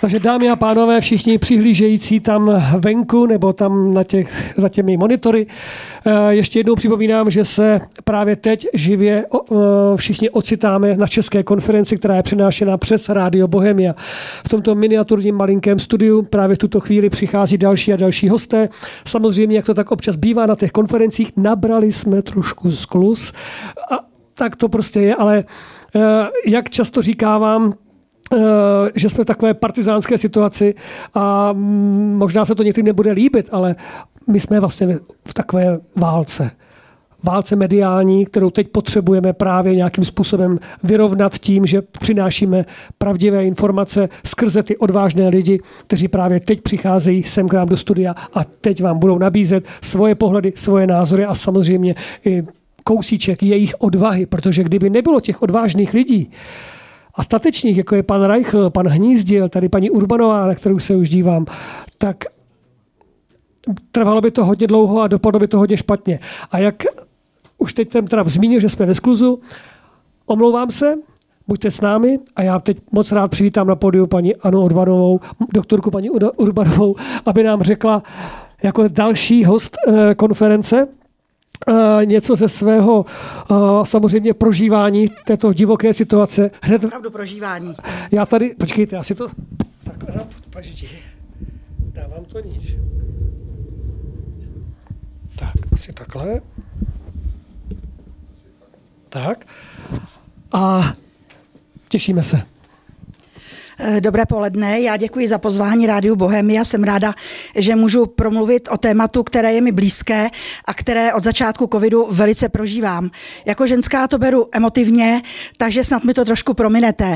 Takže dámy a pánové, všichni přihlížející tam venku nebo tam za těmi monitory, ještě jednou připomínám, že se právě teď živě všichni ocitáme na české konferenci, která je přenášena přes Rádio Bohemia. V tomto miniaturním malinkém studiu právě v tuto chvíli přichází další a další hosté. Samozřejmě, jak to tak občas bývá na těch konferencích, nabrali jsme trošku skluz. A tak to prostě je, ale jak často říkávám, že jsme v takové partizánské situaci a možná se to někdy nebude líbit, ale my jsme vlastně v takové válce. Válce mediální, kterou teď potřebujeme právě nějakým způsobem vyrovnat tím, že přinášíme pravdivé informace skrze ty odvážné lidi, kteří právě teď přicházejí sem k nám do studia a teď vám budou nabízet svoje pohledy, svoje názory a samozřejmě i kousíček jejich odvahy, protože kdyby nebylo těch odvážných lidí a statečných, jako je pan Reichl, pan Hnízdil, tady paní Urbanová, na kterou se už dívám, tak trvalo by to hodně dlouho a dopadlo by to hodně špatně. A jak už teď jsem teda zmínil, že jsme ve skluzu, omlouvám se, buďte s námi a já teď moc rád přivítám na pódiu paní Anu Urbanovou, doktorku paní Urbanovou, aby nám řekla jako další host konference něco ze svého samozřejmě prožívání této divoké situace. Hned opravdu prožívání. Já tady, počkejte, já si to tak dávám to níž. Tak, asi takhle. Tak. A těšíme se. Dobré poledne, já děkuji za pozvání Rádiu Bohemia. Jsem ráda, že můžu promluvit o tématu, které je mi blízké a které od začátku covidu velice prožívám. Jako ženská to beru emotivně, takže snad mi to trošku prominete.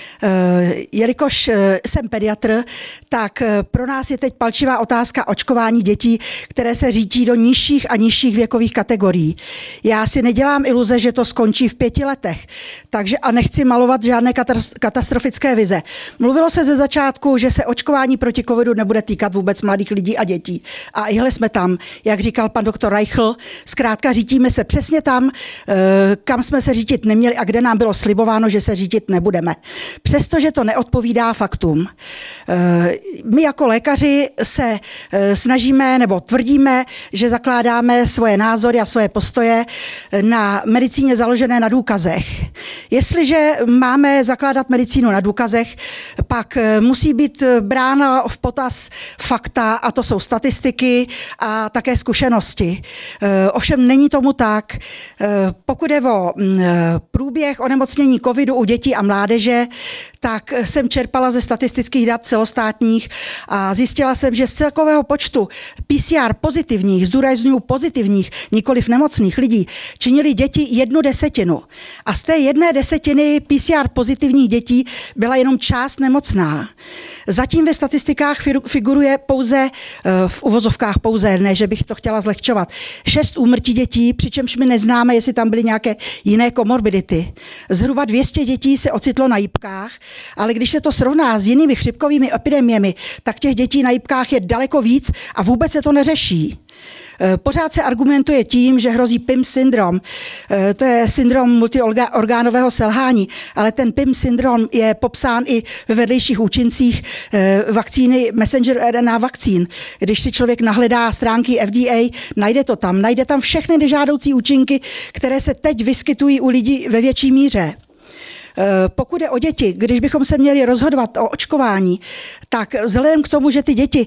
Jelikož jsem pediatr, tak pro nás je teď palčivá otázka očkování dětí, které se řítí do nižších a nižších věkových kategorií. Já si nedělám iluze, že to skončí v 5 letech, takže a nechci malovat žádné katastrofické vize. Mluvilo se ze začátku, že se očkování proti covidu nebude týkat vůbec mladých lidí a dětí. A ihle jsme tam, jak říkal pan doktor Reichl, zkrátka řítíme se přesně tam, kam jsme se řítit neměli a kde nám bylo slibováno, že se řítit nebudeme. Přestože to neodpovídá faktům. My jako lékaři se snažíme nebo tvrdíme, že zakládáme svoje názory a svoje postoje na medicíně založené na důkazech. Jestliže máme zakládat medicínu na důkazech, pak musí být brána v potaz fakta, a to jsou statistiky a také zkušenosti. Ovšem není tomu tak. Pokud je o průběh onemocnění covidu u dětí a mládeže, tak jsem čerpala ze statistických dat celostátních a zjistila jsem, že z celkového počtu PCR pozitivních, zdůrazňuji pozitivních, nikoliv nemocných lidí, činili děti 1/10. A z té 1/10 PCR pozitivních dětí byla jenom část nemocná. Zatím ve statistikách figuruje pouze, v uvozovkách pouze, ne, že bych to chtěla zlehčovat, 6 úmrtí dětí, přičemž my neznáme, jestli tam byly nějaké jiné komorbidity. Zhruba 200 dětí se ocitlo na jipkách, ale když se to srovná s jinými chřipkovými epidemiemi, tak těch dětí na jipkách je daleko víc a vůbec se to neřeší. Pořád se argumentuje tím, že hrozí PIMS syndrom. To je syndrom multiorgánového selhání, ale ten PIMS syndrom je popsán i ve vedlejších účincích vakcíny messenger RNA vakcín. Když si člověk nahledá stránky FDA, najde tam všechny nežádoucí účinky, které se teď vyskytují u lidí ve větší míře. Pokud je o děti, když bychom se měli rozhodovat o očkování, tak vzhledem k tomu, že ty děti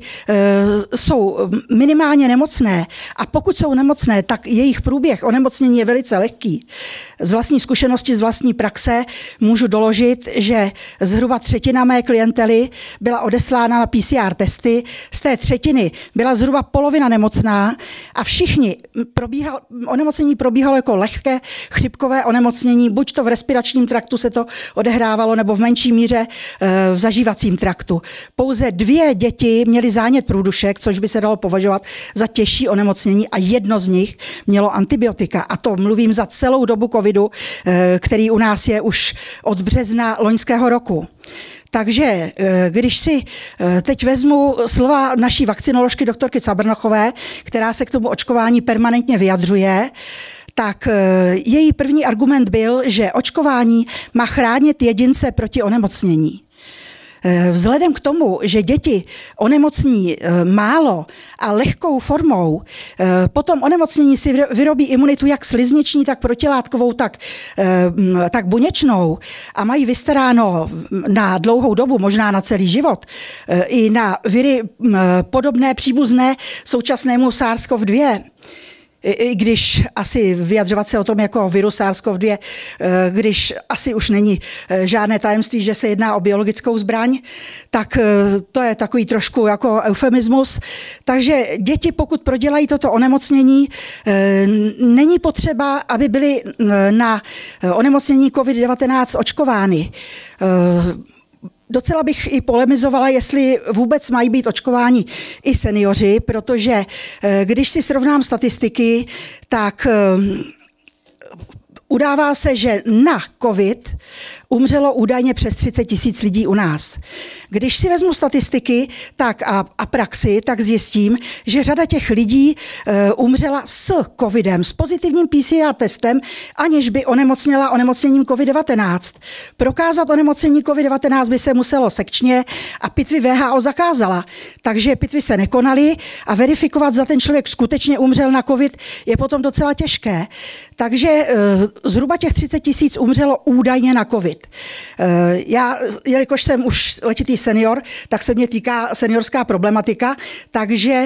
jsou minimálně nemocné a pokud jsou nemocné, tak jejich průběh onemocnění je velice lehký. Z vlastní zkušenosti, z vlastní praxe můžu doložit, že zhruba 1/3 mé klientely byla odeslána na PCR testy, z té 1/3 byla zhruba polovina nemocná a všichni onemocnění probíhalo jako lehké chřipkové onemocnění, buď to v respiračním traktu se to odehrávalo, nebo v menší míře v zažívacím traktu. Pouze 2 děti měly zánět průdušek, což by se dalo považovat za těžší onemocnění a jedno z nich mělo antibiotika. A to mluvím za celou dobu covidu, který u nás je už od března loňského roku. Takže když si teď vezmu slova naší vakcinoložky doktorky Cabrnochové, která se k tomu očkování permanentně vyjadřuje, tak její první argument byl, že očkování má chránit jedince proti onemocnění. Vzhledem k tomu, že děti onemocní málo a lehkou formou, potom onemocnění si vyrobí imunitu jak slizniční, tak protilátkovou, tak buněčnou a mají vystaráno na dlouhou dobu, možná na celý život, i na viry podobné příbuzné současnému SARS-CoV-2, i když asi vyjadřovat se o tom jako virus SARS-CoV-2, když asi už není žádné tajemství, že se jedná o biologickou zbraň, tak to je takový trošku jako eufemismus. Takže děti, pokud prodělají toto onemocnění, není potřeba, aby byly na onemocnění COVID-19 očkovány. Docela bych i polemizovala, jestli vůbec mají být očkováni i seniori, protože když si srovnám statistiky, tak udává se, že na COVID umřelo údajně přes 30 000 lidí u nás. Když si vezmu statistiky a praxi, tak zjistím, že řada těch lidí umřela s covidem, s pozitivním PCR testem, aniž by onemocněla onemocněním COVID-19. Prokázat onemocnění COVID-19 by se muselo sekčně a pitvy WHO zakázala. Takže pitvy se nekonaly a verifikovat, zda ten člověk skutečně umřel na COVID, je potom docela těžké. Takže zhruba těch 30 000 umřelo údajně na COVID. Já, jelikož jsem už letitý senior, tak se mě týká seniorská problematika, takže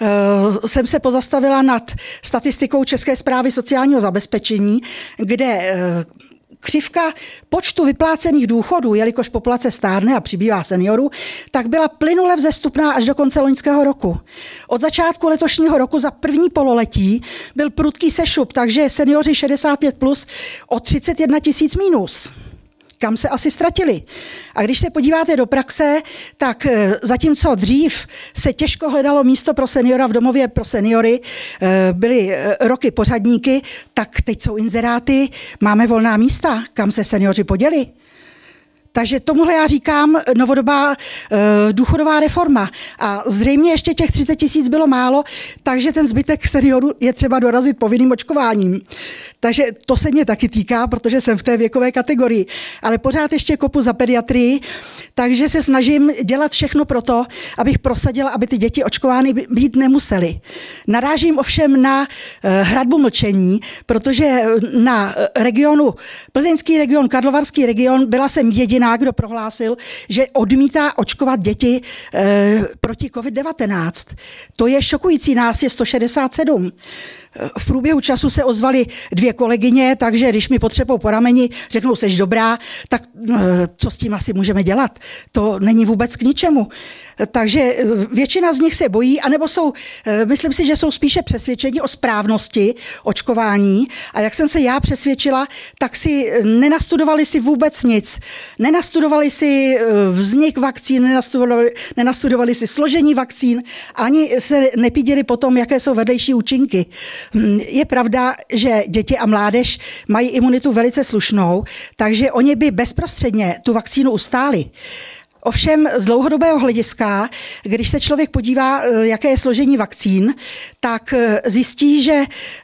jsem se pozastavila nad statistikou České správy sociálního zabezpečení, kde křivka počtu vyplácených důchodů, jelikož populace stárne a přibývá seniorů, tak byla plynule vzestupná až do konce loňského roku. Od začátku letošního roku za první pololetí byl prudký sešup, takže seniori 65 plus o 31 000 mínus. Kam se asi ztratili. A když se podíváte do praxe, tak zatímco dřív se těžko hledalo místo pro seniora v domově pro seniory, byly roky pořadníky, tak teď jsou inzeráty, máme volná místa, kam se seniori poděli. Takže tomuhle já říkám novodobá důchodová reforma. A zřejmě ještě těch 30 000 bylo málo, takže ten zbytek seniorů je třeba dorazit povinným očkováním. Takže to se mě taky týká, protože jsem v té věkové kategorii. Ale pořád ještě kopu za pediatrii, takže se snažím dělat všechno pro to, abych prosadila, aby ty děti očkovány být nemusely. Narážím ovšem na hradbu mlčení, protože na regionu, plzeňský region, karlovarský region, byla jsem jediná, kdo prohlásil, že odmítá očkovat děti proti COVID-19. To je šokující, nás je 167. V průběhu času se ozvaly 2 kolegyně, takže když mi potřebou po rameni řeknou, seš dobrá, tak co s tím asi můžeme dělat? To není vůbec k ničemu. Takže většina z nich se bojí, anebo jsou, myslím si, že jsou spíše přesvědčeni o správnosti očkování. A jak jsem se já přesvědčila, tak si nenastudovali si vůbec nic. Nenastudovali si vznik vakcín, nenastudovali si složení vakcín, ani se nepídili potom, jaké jsou vedlejší účinky. Je pravda, že děti a mládež mají imunitu velice slušnou, takže oni by bezprostředně tu vakcínu ustáli. Ovšem z dlouhodobého hlediska, když se člověk podívá, jaké je složení vakcín, tak zjistí, že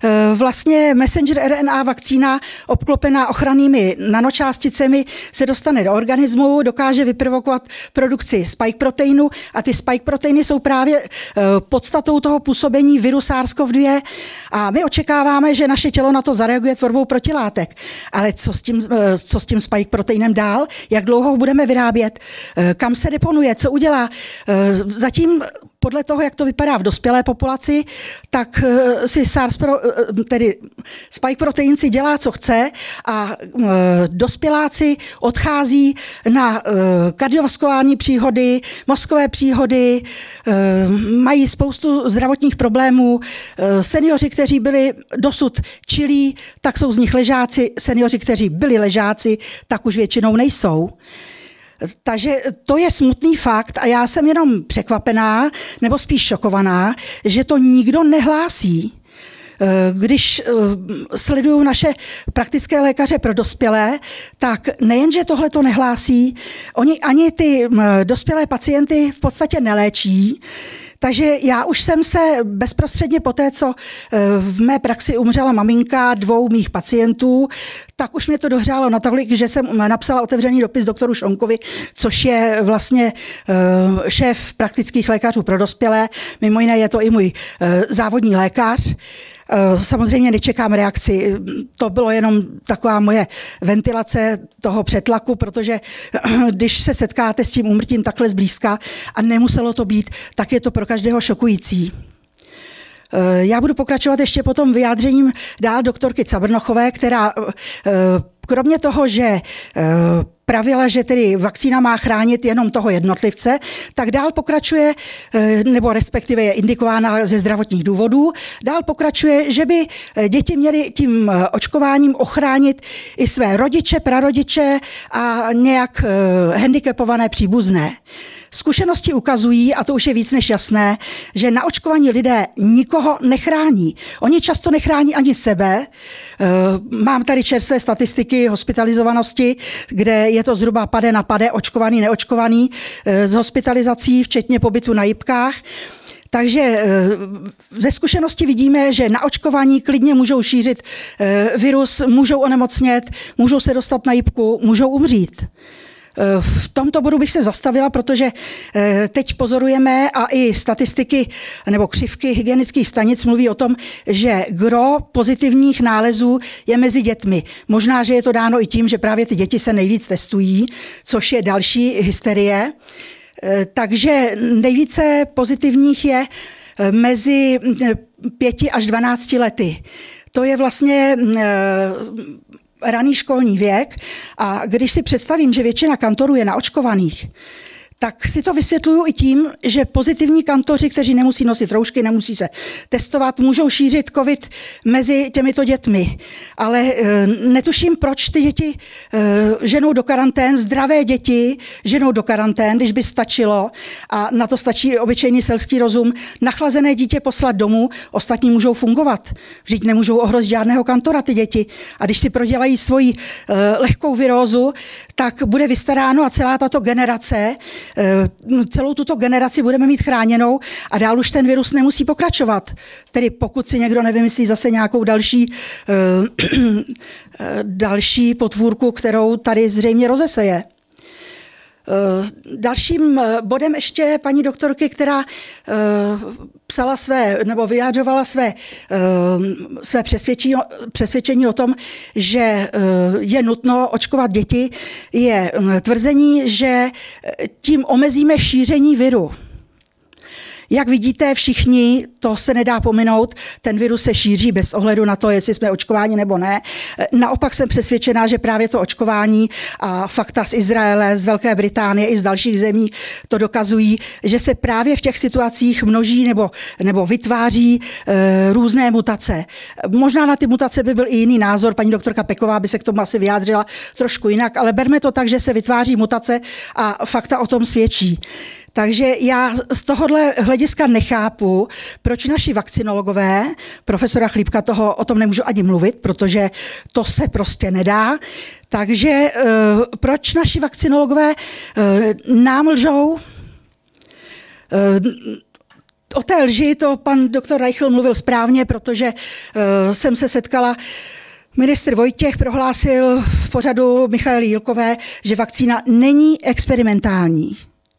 vlastně messenger RNA vakcína obklopená ochrannými nanočásticemi se dostane do organismu, dokáže vyprovokovat produkci spike proteinu a ty spike proteiny jsou právě podstatou toho působení viru SARS-CoV-2 a my očekáváme, že naše tělo na to zareaguje tvorbou protilátek. Ale co s tím spike proteinem dál? Jak dlouho ho budeme vyrábět? Kam se deponuje, co udělá. Zatím podle toho, jak to vypadá v dospělé populaci, tak si tedy spike protein si dělá, co chce a dospěláci odchází na kardiovaskulární příhody, mozkové příhody, mají spoustu zdravotních problémů. Seniori, kteří byli dosud čilí, tak jsou z nich ležáci. Seniori, kteří byli ležáci, tak už většinou nejsou. Takže to je smutný fakt a já jsem jenom překvapená, nebo spíš šokovaná, že to nikdo nehlásí. Když sleduju naše praktické lékaře pro dospělé, tak nejenže tohle to nehlásí, oni ani ty dospělé pacienty v podstatě neléčí, Takže já už jsem se bezprostředně po té, co v mé praxi umřela maminka 2 mých pacientů, tak už mě to dohřálo natolik, že jsem napsala otevřený dopis doktoru Šonkovi, což je vlastně šéf praktických lékařů pro dospělé. Mimo jiné je to i můj závodní lékař. Samozřejmě nečekám reakci. To bylo jenom taková moje ventilace toho přetlaku, protože když se setkáte s tím úmrtím takhle zblízka a nemuselo to být, tak je to pro každého šokující. Já budu pokračovat ještě potom vyjádřením dál doktorky Cabrnochové, která kromě toho, že pravila, že tedy vakcína má chránit jenom toho jednotlivce, tak dál pokračuje, nebo respektive je indikována ze zdravotních důvodů, dál pokračuje, že by děti měly tím očkováním ochránit i své rodiče, prarodiče a nějak handicapované příbuzné. Zkušenosti ukazují, a to už je víc než jasné, že naočkovaní lidé nikoho nechrání. Oni často nechrání ani sebe. Mám tady čerstvé statistiky hospitalizovanosti, kde je to zhruba pade na pade, očkovaný, neočkovaný, z hospitalizací, včetně pobytu na jipkách. Takže ze zkušenosti vidíme, že naočkovaní klidně můžou šířit virus, můžou onemocnět, můžou se dostat na jipku, můžou umřít. V tomto bodu bych se zastavila, protože teď pozorujeme a i statistiky nebo křivky hygienických stanic mluví o tom, že gro pozitivních nálezů je mezi dětmi. Možná, že je to dáno i tím, že právě ty děti se nejvíc testují, což je další hysterie. Takže nejvíce pozitivních je mezi 5 až 12 lety. To je vlastně raný školní věk a když si představím, že většina kantorů je naočkovaných, tak si to vysvětluju i tím, že pozitivní kantoři, kteří nemusí nosit roušky, nemusí se testovat, můžou šířit covid mezi těmito dětmi. Ale netuším, proč ty děti ženou do karantén, zdravé děti ženou do karantén, když by stačilo, a na to stačí obyčejný selský rozum, nachlazené dítě poslat domů, ostatní můžou fungovat. Vždyť nemůžou ohrozit žádného kantora ty děti. A když si prodělají svoji lehkou virózu, tak bude vystaráno a celá tato generace, celou tuto generaci budeme mít chráněnou a dál už ten virus nemusí pokračovat. Tedy pokud si někdo nevymyslí zase nějakou další potvůrku, kterou tady zřejmě rozeseje. Dalším bodem ještě paní doktorky, která psala nebo vyjádřovala své přesvědčení o tom, že je nutno očkovat děti, je tvrzení, že tím omezíme šíření viru. Jak vidíte všichni, to se nedá pominout, ten virus se šíří bez ohledu na to, jestli jsme očkováni nebo ne. Naopak jsem přesvědčená, že právě to očkování a fakta z Izraele, z Velké Británie i z dalších zemí to dokazují, že se právě v těch situacích množí nebo vytváří různé mutace. Možná na ty mutace by byl i jiný názor, paní doktorka Peková by se k tomu asi vyjádřila trošku jinak, ale berme to tak, že se vytváří mutace a fakta o tom svědčí. Takže já z tohohle hlediska nechápu, proč naši vakcinologové, profesora Chlípka o tom nemůžu ani mluvit, protože to se prostě nedá. Takže proč naši vakcinologové nám lžou? O té lži to pan doktor Reichl mluvil správně, protože jsem se setkala. Ministr Vojtěch prohlásil v pořadu Michaely Jílkové, že vakcína není experimentální.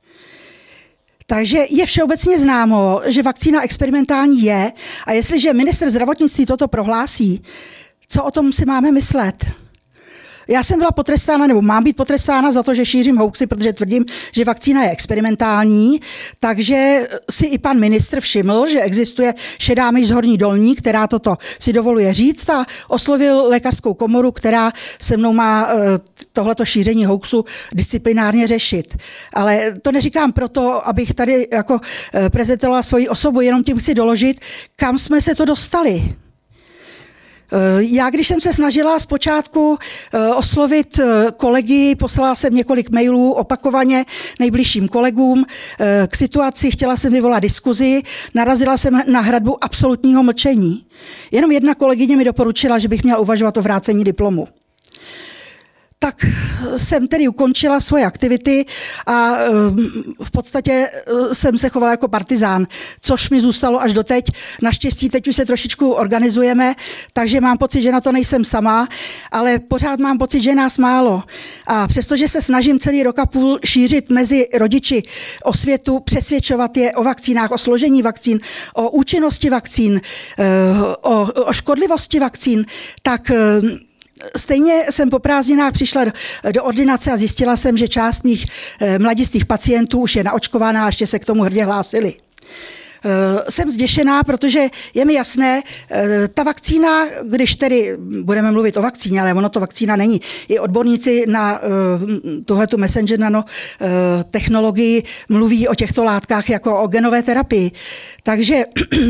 Takže je všeobecně známo, že vakcína experimentální je, a jestliže ministr zdravotnictví toto prohlásí, co o tom si máme myslet? Já jsem byla potrestána, nebo mám být potrestána za to, že šířím hoaxy, protože tvrdím, že vakcína je experimentální, takže si i pan ministr všiml, že existuje šedá myš z Horní Dolní, která toto si dovoluje říct, a oslovil lékařskou komoru, která se mnou má tohleto šíření hoaxu disciplinárně řešit. Ale to neříkám proto, abych tady jako prezentovala svoji osobu, jenom tím chci doložit, kam jsme se to dostali. Já, když jsem se snažila zpočátku oslovit kolegy, poslala jsem několik mailů opakovaně nejbližším kolegům k situaci, chtěla jsem vyvolat diskuzi, narazila jsem na hradbu absolutního mlčení. Jenom jedna kolegyně mi doporučila, že bych měla uvažovat o vrácení diplomu. tak jsem tedy ukončila svoje aktivity a v podstatě jsem se chovala jako partizán, což mi zůstalo až doteď. Naštěstí teď už se trošičku organizujeme, takže mám pocit, že na to nejsem sama, ale pořád mám pocit, že je nás málo. A přestože se snažím celý rok a půl šířit mezi rodiči osvětu, přesvědčovat je o vakcínách, o složení vakcín, o účinnosti vakcín, o škodlivosti vakcín, tak stejně jsem po prázdninách přišla do ordinace a zjistila jsem, že část mých mladistvých pacientů už je naočkovaná a ještě se k tomu hrdě hlásili. Jsem zděšená, protože je mi jasné, ta vakcína, když tedy budeme mluvit o vakcíně, ale ono to vakcína není. I odborníci na tuhletu messenger nano technologii mluví o těchto látkách jako o genové terapii. Takže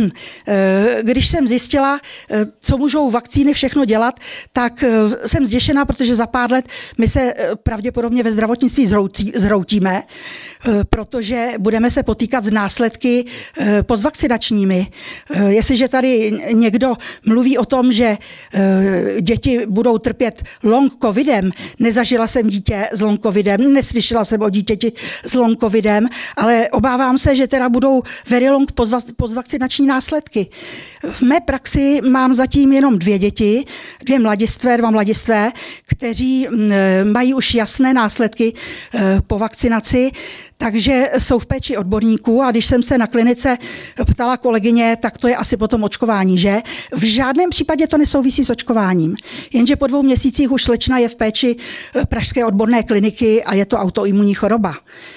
když jsem zjistila, co můžou vakcíny všechno dělat, tak jsem zděšená, protože za pár let my se pravděpodobně ve zdravotnictví zhroutíme, protože budeme se potýkat s následky postvakcinačními. Jestliže tady někdo mluví o tom, že děti budou trpět long covidem, nezažila jsem dítě s long covidem, neslyšela jsem o dítěti s long covidem, ale obávám se, že teda budou very long postvakcinační následky. V mé praxi mám zatím jenom 2 děti, 2 mladistvé, kteří mají už jasné následky po vakcinaci, takže jsou v péči odborníků a když jsem se na klinice ptala kolegyně, tak to je asi potom očkování, že? V žádném případě to nesouvisí s očkováním, jenže po 2 měsících už slečna je v péči pražské odborné kliniky a je to autoimunní choroba.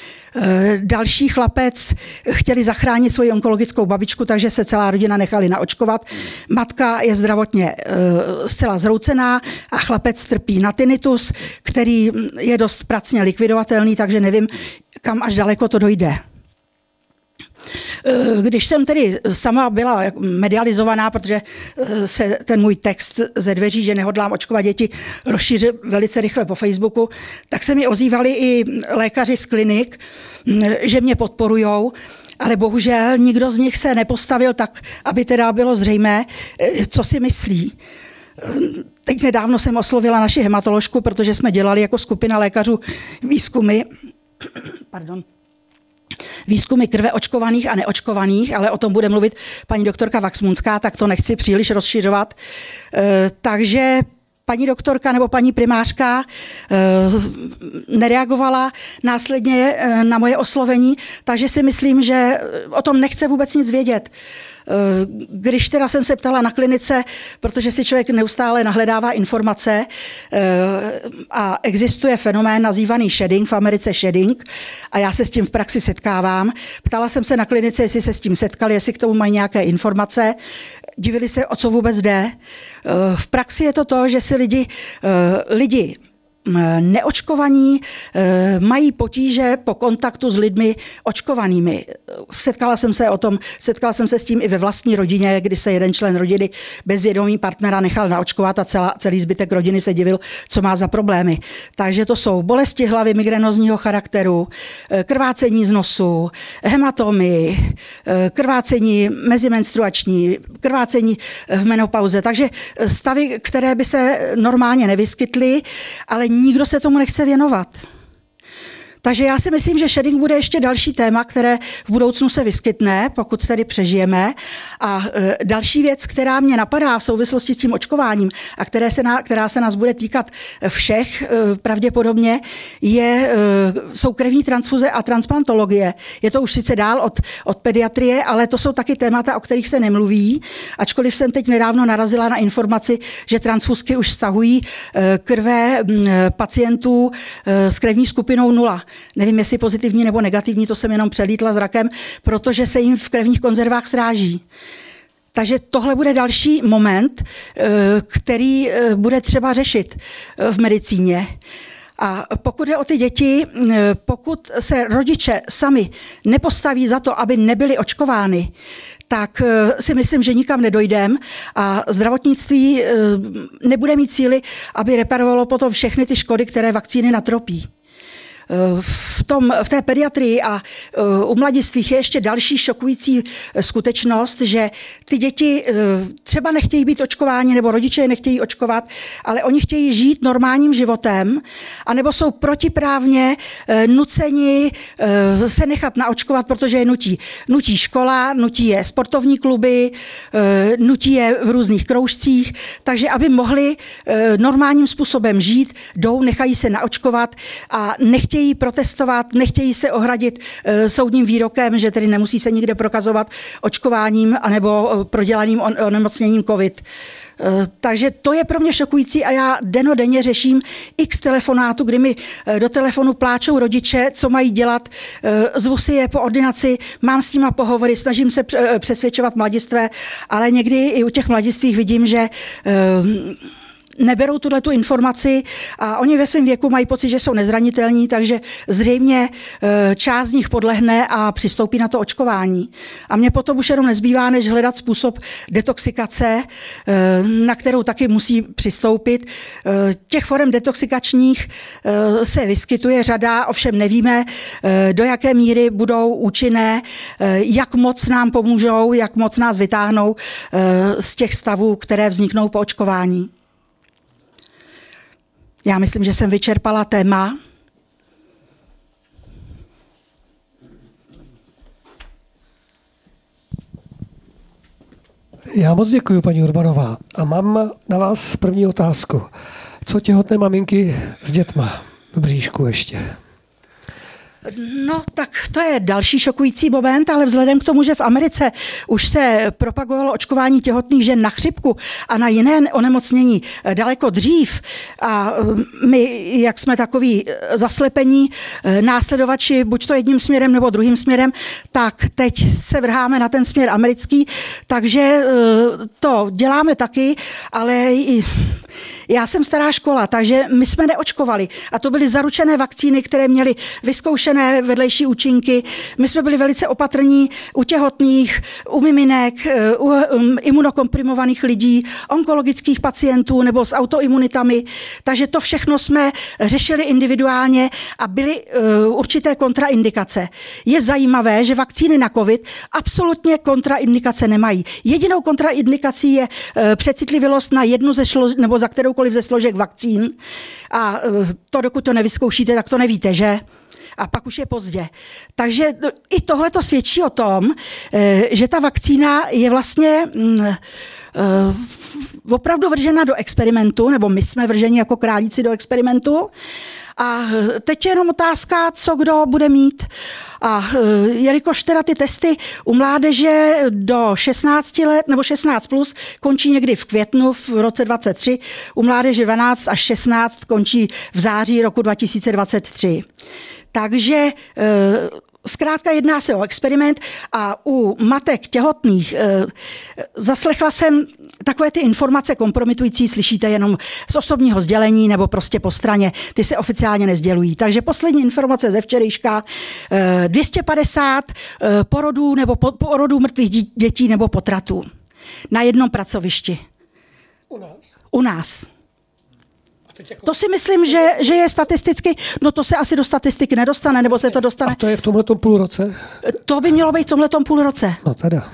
Další chlapec chtěli zachránit svoji onkologickou babičku, takže se celá rodina nechali naočkovat. Matka je zdravotně zcela zhroucená a chlapec trpí na tinnitus, který je dost pracně likvidovatelný, takže nevím, kam až daleko to dojde. Když jsem tedy sama byla medializovaná, protože se ten můj text ze dveří, že nehodlám očkovat děti, rozšířil velice rychle po Facebooku, tak se mi ozývali i lékaři z klinik, že mě podporujou, ale bohužel nikdo z nich se nepostavil tak, aby teda bylo zřejmé, co si myslí. Teď nedávno jsem oslovila naši hematoložku, protože jsme dělali jako skupina lékařů výzkumy krve očkovaných a neočkovaných, ale o tom bude mluvit paní doktorka Vaxmunská, tak to nechci příliš rozšiřovat. Takže paní doktorka nebo paní primářka nereagovala následně na moje oslovení, takže si myslím, že o tom nechce vůbec nic vědět. Když teda jsem se ptala na klinice, protože si člověk neustále nahledává informace a existuje fenomén nazývaný shedding, v Americe shedding, a já se s tím v praxi setkávám. Ptala jsem se na klinice, jestli se s tím setkali, jestli k tomu mají nějaké informace. Divili se, o co vůbec jde. V praxi je to to, že si lidi neočkovaní mají potíže po kontaktu s lidmi očkovanými. Setkala jsem se s tím i ve vlastní rodině, kdy se jeden člen rodiny bez vědomí partnera nechal naočkovat a celý zbytek rodiny se divil, co má za problémy. Takže to jsou bolesti hlavy migrénozního charakteru, krvácení z nosu, hematomy, krvácení mezimenstruační, krvácení v menopauze. Takže stavy, které by se normálně nevyskytly, ale nikdo se tomu nechce věnovat. Takže já si myslím, že shedding bude ještě další téma, které v budoucnu se vyskytne, pokud tady přežijeme. A další věc, která mě napadá v souvislosti s tím očkováním a která se nás bude týkat všech pravděpodobně, jsou krevní transfuze a transplantologie. Je to už sice dál od pediatrie, ale to jsou taky témata, o kterých se nemluví. Ačkoliv jsem teď nedávno narazila na informaci, že transfuzky už stahují krve pacientů s krevní skupinou 0. Nevím, jestli pozitivní nebo negativní, to jsem jenom přelítla zrakem, protože se jim v krevních konzervách sráží. Takže tohle bude další moment, který bude třeba řešit v medicíně. A pokud jde o ty děti, pokud se rodiče sami nepostaví za to, aby nebyly očkovány, tak si myslím, že nikam nedojdem a zdravotnictví nebude mít síly, aby reparovalo potom všechny ty škody, které vakcíny natropí. v té pediatrii a u mladistvých je ještě další šokující skutečnost, že ty děti třeba nechtějí být očkováni, nebo rodiče je nechtějí očkovat, ale oni chtějí žít normálním životem, anebo jsou protiprávně nuceni se nechat naočkovat, protože je nutí škola, nutí je sportovní kluby, nutí je v různých kroužcích, takže aby mohli normálním způsobem žít, nechají se naočkovat a nechtějí protestovat, nechtějí se ohradit soudním výrokem, že tedy nemusí se nikde prokazovat očkováním anebo prodělaným onemocněním COVID. Takže to je pro mě šokující a já dennodenně řeším x telefonátů, kdy mi do telefonu pláčou rodiče, co mají dělat, zvu si je po ordinaci, mám s nima pohovory, snažím se přesvědčovat mladistvé, ale někdy i u těch mladistvých vidím, že neberou tu informaci a oni ve svém věku mají pocit, že jsou nezranitelní, takže zřejmě část z nich podlehne a přistoupí na to očkování. A mně potom už jenom nezbývá, než hledat způsob detoxikace, na kterou taky musí přistoupit. Těch forem detoxikačních se vyskytuje řada, ovšem nevíme, do jaké míry budou účinné, jak moc nám pomůžou, jak moc nás vytáhnou z těch stavů, které vzniknou po očkování. Já myslím, že jsem vyčerpala téma. Já moc děkuji, paní Urbanová. A mám na vás první otázku. Co těhotné maminky s dětma v bříšku ještě? No, tak to je další šokující moment, ale vzhledem k tomu, že v Americe už se propagovalo očkování těhotných žen na chřipku a na jiné onemocnění daleko dřív a my, jak jsme takový zaslepení následovači buď to jedním směrem nebo druhým směrem, tak teď se vrháme na ten směr americký, takže to děláme taky, ale já jsem stará škola, takže my jsme neočkovali a to byly zaručené vakcíny, které měly vyzkoušené vedlejší účinky. My jsme byli velice opatrní u těhotných, u miminek, u imunokomprimovaných lidí, onkologických pacientů nebo s autoimunitami, takže to všechno jsme řešili individuálně a byly určité kontraindikace. Je zajímavé, že vakcíny na COVID absolutně kontraindikace nemají. Jedinou kontraindikací je přecitlivělost na jednu nebo za kteroukoliv ze složek vakcín a to, dokud to nevyzkoušíte, tak to nevíte, že? A pak už je pozdě. Takže i tohle to svědčí o tom, že ta vakcína je vlastně opravdu vržena do experimentu, nebo my jsme vrženi jako králíci do experimentu. A teď je jenom otázka, co kdo bude mít. A jelikož teda ty testy u mládeže do 16 let nebo 16 plus končí někdy v květnu v roce 2023, u mládeže 12 až 16 končí v září roku 2023. Takže zkrátka jedná se o experiment a u matek těhotných zaslechla jsem takové ty informace kompromitující, slyšíte jenom z osobního sdělení nebo prostě po straně, ty se oficiálně nesdělují. Takže poslední informace ze včerejška, 250 porodů nebo porodů mrtvých dětí nebo potratů na jednom pracovišti. U nás. To si myslím, že je statisticky, no to se asi do statistiky nedostane, nebo se to dostane. A to je v tomhletom půlroce? To by mělo být v tomhletom půlroce. No teda.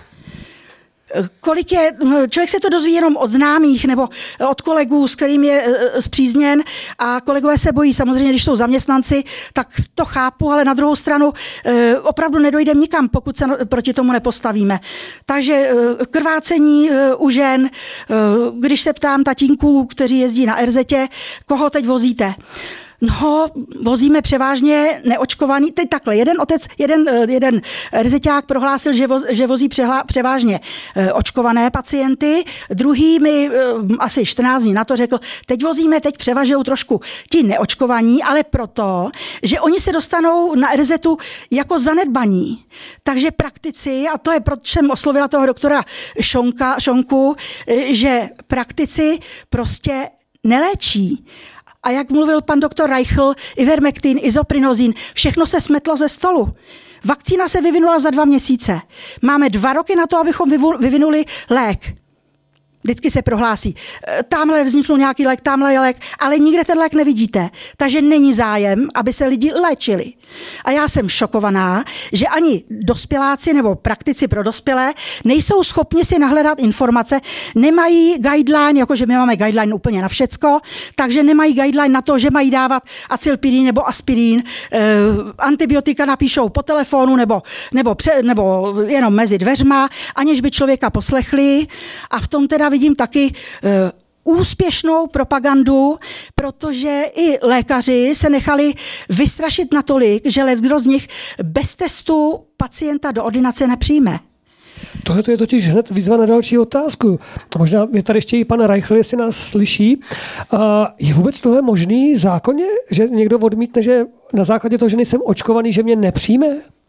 Kolik je, člověk se to dozví jenom od známých nebo od kolegů, s kterým je spřízněn a kolegové se bojí. Samozřejmě, když jsou zaměstnanci, tak to chápu, ale na druhou stranu opravdu nedojdeme nikam, pokud se proti tomu nepostavíme. Takže krvácení u žen, když se ptám tatínků, kteří jezdí na RZtě, koho teď vozíte? No, vozíme převážně neočkovaný. Teď takhle, jeden RZťák prohlásil, že vozí převážně očkované pacienty, druhý mi asi 14 dní na to řekl, teď převažují trošku ti neočkovaní, ale proto, že oni se dostanou na RZtu jako zanedbaní. Takže praktici, a to je proč jsem oslovila toho doktora Šonku, že praktici prostě neléčí. A jak mluvil pan doktor Reichl, Ivermectin, Izoprinozin, všechno se smetlo ze stolu. Vakcína se vyvinula za 2 měsíce. Máme 2 roky na to, abychom vyvinuli lék. Vždycky se prohlásí, tamhle vzniknul nějaký lék, tamhle je lék, ale nikde ten lék nevidíte. Takže není zájem, aby se lidi léčili. A já jsem šokovaná, že ani dospěláci nebo praktici pro dospělé nejsou schopni si nahledat informace, nemají guideline, jakože my máme guideline úplně na všecko, takže nemají guideline na to, že mají dávat acylpirín nebo aspirín, antibiotika napíšou po telefonu nebo jenom mezi dveřma, aniž by člověka poslechli. A v tom teda vidím taky úspěšnou propagandu, protože i lékaři se nechali vystrašit natolik, že leckdo z nich bez testu pacienta do ordinace nepřijme. Tohle je totiž hned výzva na další otázku. Možná je tady ještě i pan Reichl, jestli nás slyší. Je vůbec tohle možný zákonně, že někdo odmítne, že na základě toho, že nejsem očkovaný, že mě nepřijme?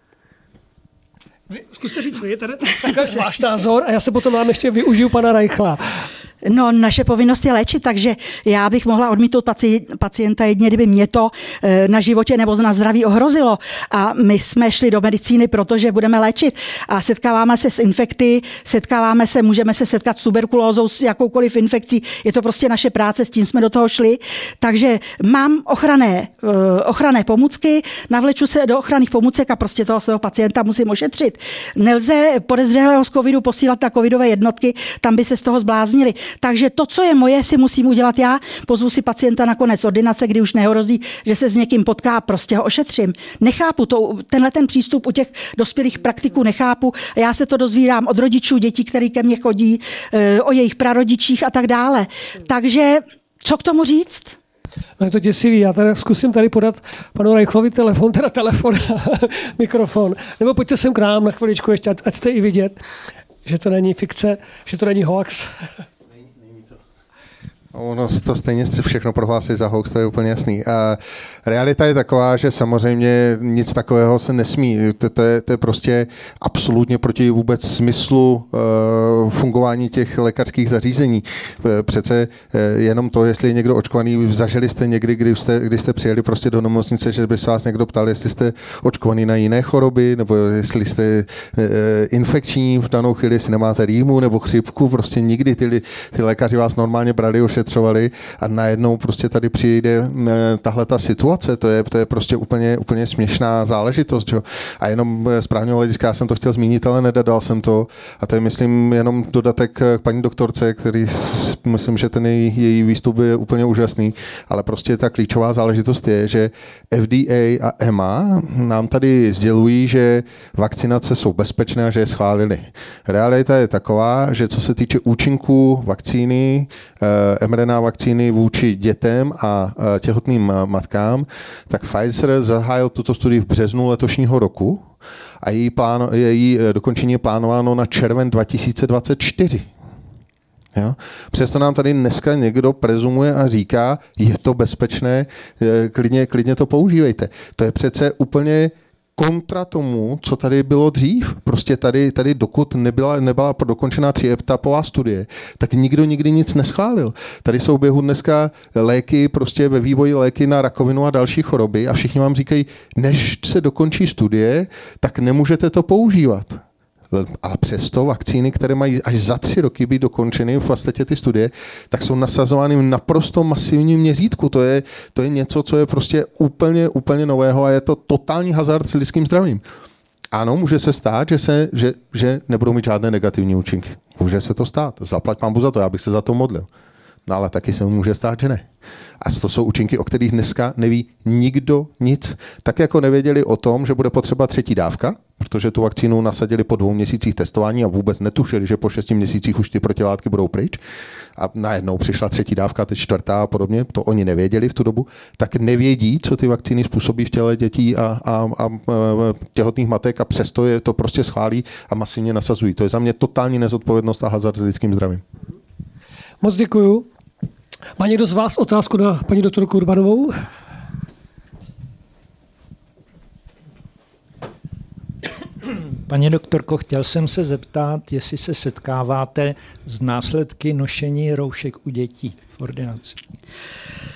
Zkuste říct, je tady takový váš názor a já se potom ještě využiju pana Reichla. No, naše povinnost je léčit, takže já bych mohla odmítnout pacienta jedině, kdyby mě to na životě nebo na zdraví ohrozilo. A my jsme šli do medicíny, protože budeme léčit a setkáváme se s infekty, můžeme se setkat s tuberkulózou, s jakoukoliv infekcí. Je to prostě naše práce, s tím jsme do toho šli. Takže mám ochranné pomůcky, navleču se do ochranných pomůcek a prostě toho svého pacienta musím ošetřit. Nelze podezřelého z covidu posílat na covidové jednotky, tam by se z toho zbláznili. Takže to, co je moje, si musím udělat já. Pozvu si pacienta na konec ordinace, kdy už nehrozí, že se s někým potká a prostě ho ošetřím. Nechápu tenhle ten přístup u těch dospělých praktiků nechápu. Já se to dozvírám od rodičů dětí, který ke mně chodí, o jejich prarodičích a tak dále. Takže co k tomu říct? No je to děsivý. Já teda zkusím tady podat panu Reichlovi telefon, mikrofon. Nebo pojďte sem k nám na chviličku ještě, ať jste i vidět, že to není fikce, že to není hoax. Ono to stejně chce všechno prohlásit za hoax, to je úplně jasný. A realita je taková, že samozřejmě nic takového se nesmí. To je prostě absolutně proti vůbec smyslu fungování těch lékařských zařízení. Přece jenom to, jestli je někdo očkovaný, zažili jste někdy, když jste přijeli prostě do nemocnice, že by se vás někdo ptal, jestli jste očkovaný na jiné choroby, nebo jestli jste infekční v danou chvíli, jestli nemáte rýmu nebo chřipku, prostě nikdy ty lékaři vás normálně brali, ošetřovali a najednou prostě tady přijde tahle ta situace, to je prostě úplně směšná záležitost. Že? A jenom z právního hlediska já jsem to chtěl zmínit, ale nedodal jsem to. A to je, myslím, jenom dodatek k paní doktorce, který myslím, že ten její výstup je úplně úžasný, ale prostě ta klíčová záležitost je, že FDA a EMA nám tady sdělují, že vakcinace jsou bezpečné a že je schválili. Realita je taková, že co se týče účinků vakcíny, mRNA vakcíny vůči dětem a těhotným matkám, tak Pfizer zahájil tuto studii v březnu letošního roku a její dokončení je plánováno na červen 2024. Jo? Přesto nám tady dneska někdo prezumuje a říká, je to bezpečné, klidně to používejte. To je přece úplně kontra tomu, co tady bylo dřív. Prostě tady dokud nebyla dokončená 3etapová studie, tak nikdo nikdy nic neschválil. Tady jsou v běhu dneska léky, prostě ve vývoji léky na rakovinu a další choroby a všichni vám říkají, než se dokončí studie, tak nemůžete to používat. Ale přesto vakcíny, které mají až za 3 roky být dokončeny v podstatě ty studie, tak jsou nasazovány v naprosto masivním měřítku. To je něco, co je prostě úplně nového a je to totální hazard s lidským zdravím. Ano, může se stát, že nebudou mít žádné negativní účinky. Může se to stát. Zaplať pánbu za to, já bych se za to modlil. No ale taky se může stát, že ne. A to jsou účinky, o kterých dneska neví nikdo nic. Tak jako nevěděli o tom, že bude potřeba 3. dávka, protože tu vakcínu nasadili po 2 měsících testování a vůbec netušili, že po 6 měsících už ty protilátky budou pryč. A najednou přišla 3. dávka, teď 4. a podobně, to oni nevěděli v tu dobu, tak nevědí, co ty vakcíny způsobí v těle dětí a těhotných matek a přesto je to prostě schválí a masivně nasazují. To je za mě totální nezodpovědnost a hazard s lidským zdravím. Moc děkuju. Má někdo z vás otázku na paní doktorku Urbanovou? Paní doktorko, chtěl jsem se zeptat, jestli se setkáváte s následky nošení roušek u dětí v ordinaci.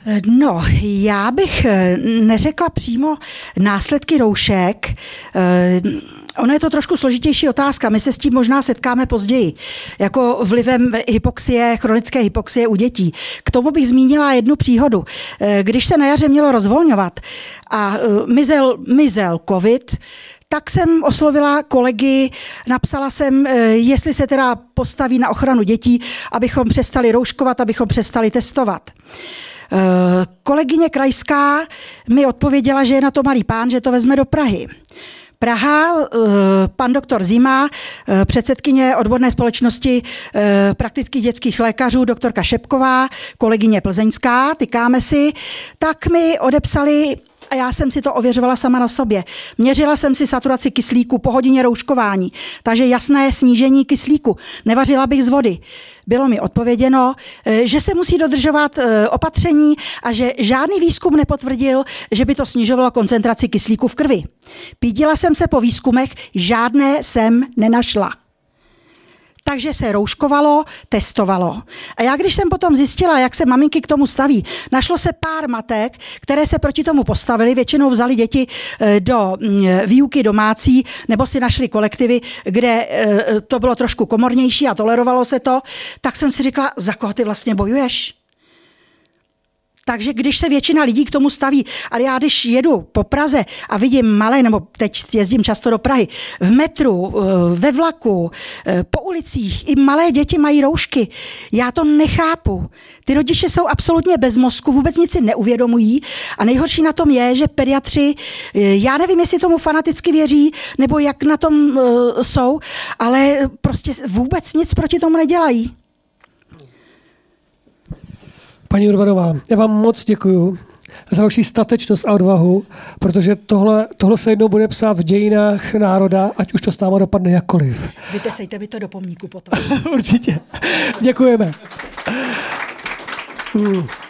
No, já bych neřekla přímo následky roušek. Ono je to trošku složitější otázka. My se s tím možná setkáme později, jako vlivem hypoxie, chronické hypoxie u dětí. K tomu bych zmínila jednu příhodu. Když se na jaře mělo rozvolňovat a mizel covid, tak jsem oslovila kolegy, napsala jsem, jestli se teda postaví na ochranu dětí, abychom přestali rouškovat, abychom přestali testovat. Kolegyně krajská mi odpověděla, že je na to malý pán, že to vezme do Prahy. Praha, pan doktor Zima, předsedkyně odborné společnosti praktických dětských lékařů, doktorka Šepková, kolegyně plzeňská, tykáme si, tak mi odepsali, a já jsem si to ověřovala sama na sobě. Měřila jsem si saturaci kyslíku po hodině rouškování, takže jasné snížení kyslíku. Nevařila bych z vody. Bylo mi odpověděno, že se musí dodržovat opatření a že žádný výzkum nepotvrdil, že by to snižovalo koncentraci kyslíku v krvi. Pídila jsem se po výzkumech, žádné jsem nenašla. Takže se rouškovalo, testovalo. A já, když jsem potom zjistila, jak se maminky k tomu staví, našlo se pár matek, které se proti tomu postavily, většinou vzali děti do výuky domácí, nebo si našli kolektivy, kde to bylo trošku komornější a tolerovalo se to, tak jsem si říkala, za koho ty vlastně bojuješ? Takže když se většina lidí k tomu staví, ale já když jedu po Praze a vidím malé, nebo teď jezdím často do Prahy, v metru, ve vlaku, po ulicích, i malé děti mají roušky. Já to nechápu. Ty rodiče jsou absolutně bez mozku, vůbec nic si neuvědomují a nejhorší na tom je, že pediatři, já nevím, jestli tomu fanaticky věří, nebo jak na tom jsou, ale prostě vůbec nic proti tomu nedělají. Paní Urbanová, já vám moc děkuju za vaši statečnost a odvahu, protože tohle se jednou bude psát v dějinách národa, ať už to s náma dopadne jakkoliv. Vytesejte mi to do pomníku potom. Určitě. Děkujeme.